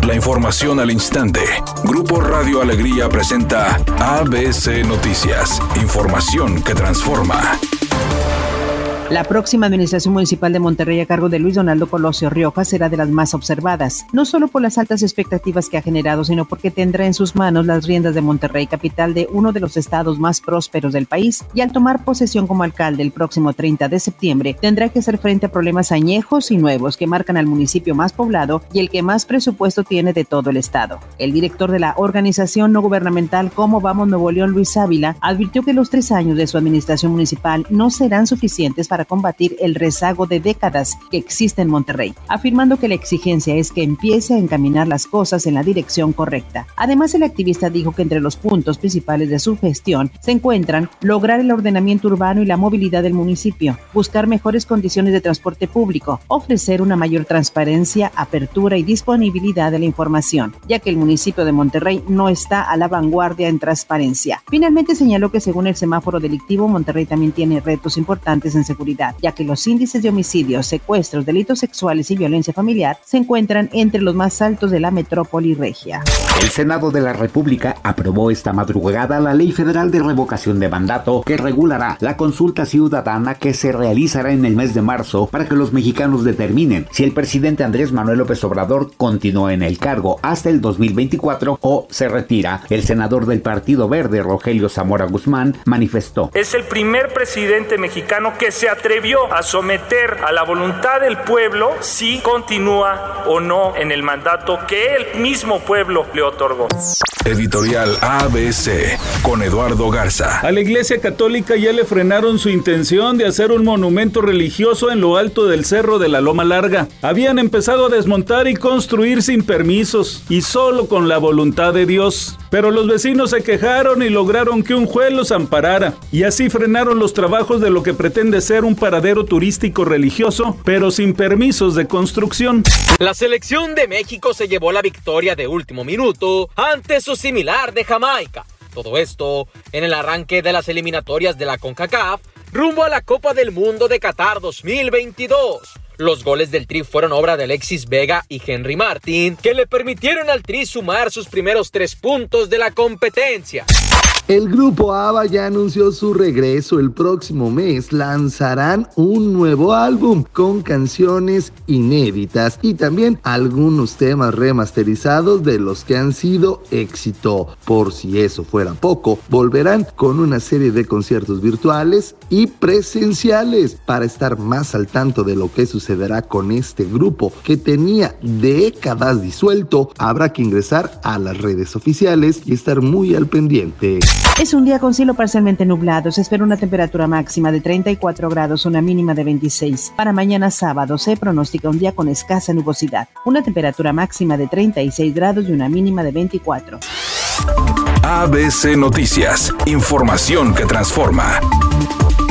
La información al instante. Grupo Radio Alegría presenta ABC Noticias. Información que transforma. La próxima administración municipal de Monterrey a cargo de Luis Donaldo Colosio Riojas será de las más observadas, no solo por las altas expectativas que ha generado, sino porque tendrá en sus manos las riendas de Monterrey, capital de uno de los estados más prósperos del país, y al tomar posesión como alcalde el próximo 30 de septiembre, tendrá que hacer frente a problemas añejos y nuevos que marcan al municipio más poblado y el que más presupuesto tiene de todo el estado. El director de la organización no gubernamental Cómo Vamos Nuevo León, Luis Ávila, advirtió que los 3 años de su administración municipal no serán suficientes para combatir el rezago de décadas que existe en Monterrey, afirmando que la exigencia es que empiece a encaminar las cosas en la dirección correcta. Además, el activista dijo que entre los puntos principales de su gestión se encuentran lograr el ordenamiento urbano y la movilidad del municipio, buscar mejores condiciones de transporte público, ofrecer una mayor transparencia, apertura y disponibilidad de la información, ya que el municipio de Monterrey no está a la vanguardia en transparencia. Finalmente señaló que según el semáforo delictivo, Monterrey también tiene retos importantes en seguridad, ya que los índices de homicidios, secuestros, delitos sexuales y violencia familiar se encuentran entre los más altos de la metrópoli regia. El Senado de la República aprobó esta madrugada la Ley Federal de Revocación de Mandato que regulará la consulta ciudadana que se realizará en el mes de marzo para que los mexicanos determinen si el presidente Andrés Manuel López Obrador continúa en el cargo hasta el 2024 o se retira. El senador del Partido Verde, Rogelio Zamora Guzmán, manifestó: es el primer presidente mexicano que se atrevió a someter a la voluntad del pueblo si continúa o no en el mandato que el mismo pueblo le otorgó. Editorial ABC con Eduardo Garza. A la Iglesia Católica ya le frenaron su intención de hacer un monumento religioso en lo alto del cerro de la Loma Larga. Habían empezado a desmontar y construir sin permisos y solo con la voluntad de Dios. Pero los vecinos se quejaron y lograron que un juez los amparara. Y así frenaron los trabajos de lo que pretende ser un paradero turístico religioso, pero sin permisos de construcción. La selección de México se llevó la victoria de último minuto ante su similar de Jamaica. Todo esto en el arranque de las eliminatorias de la CONCACAF rumbo a la Copa del Mundo de Qatar 2022. Los goles del Tri fueron obra de Alexis Vega y Henry Martin, que le permitieron al Tri sumar sus primeros 3 puntos de la competencia. El grupo ABBA ya anunció su regreso. El próximo mes lanzarán un nuevo álbum con canciones inéditas y también algunos temas remasterizados de los que han sido éxito. Por si eso fuera poco, volverán con una serie de conciertos virtuales y presenciales. Para estar más al tanto de lo que sucederá con este grupo que tenía décadas disuelto, habrá que ingresar a las redes oficiales y estar muy al pendiente. Es un día con cielo parcialmente nublado. Se espera una temperatura máxima de 34 grados, una mínima de 26. Para mañana sábado se pronostica un día con escasa nubosidad. Una temperatura máxima de 36 grados y una mínima de 24. ABC Noticias. Información que transforma.